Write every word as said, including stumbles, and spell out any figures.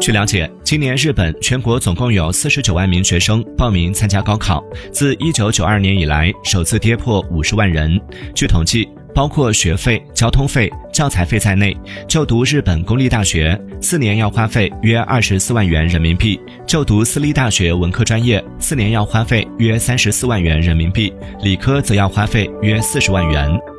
据了解，今年日本全国总共有四十九万名学生报名参加高考，自一九九二年以来首次跌破五十万人。据统计，包括学费、交通费、教材费在内，就读日本公立大学四年要花费约二十四万元人民币，就读私立大学文科专业四年要花费约三十四万元人民币，理科则要花费约四十万元。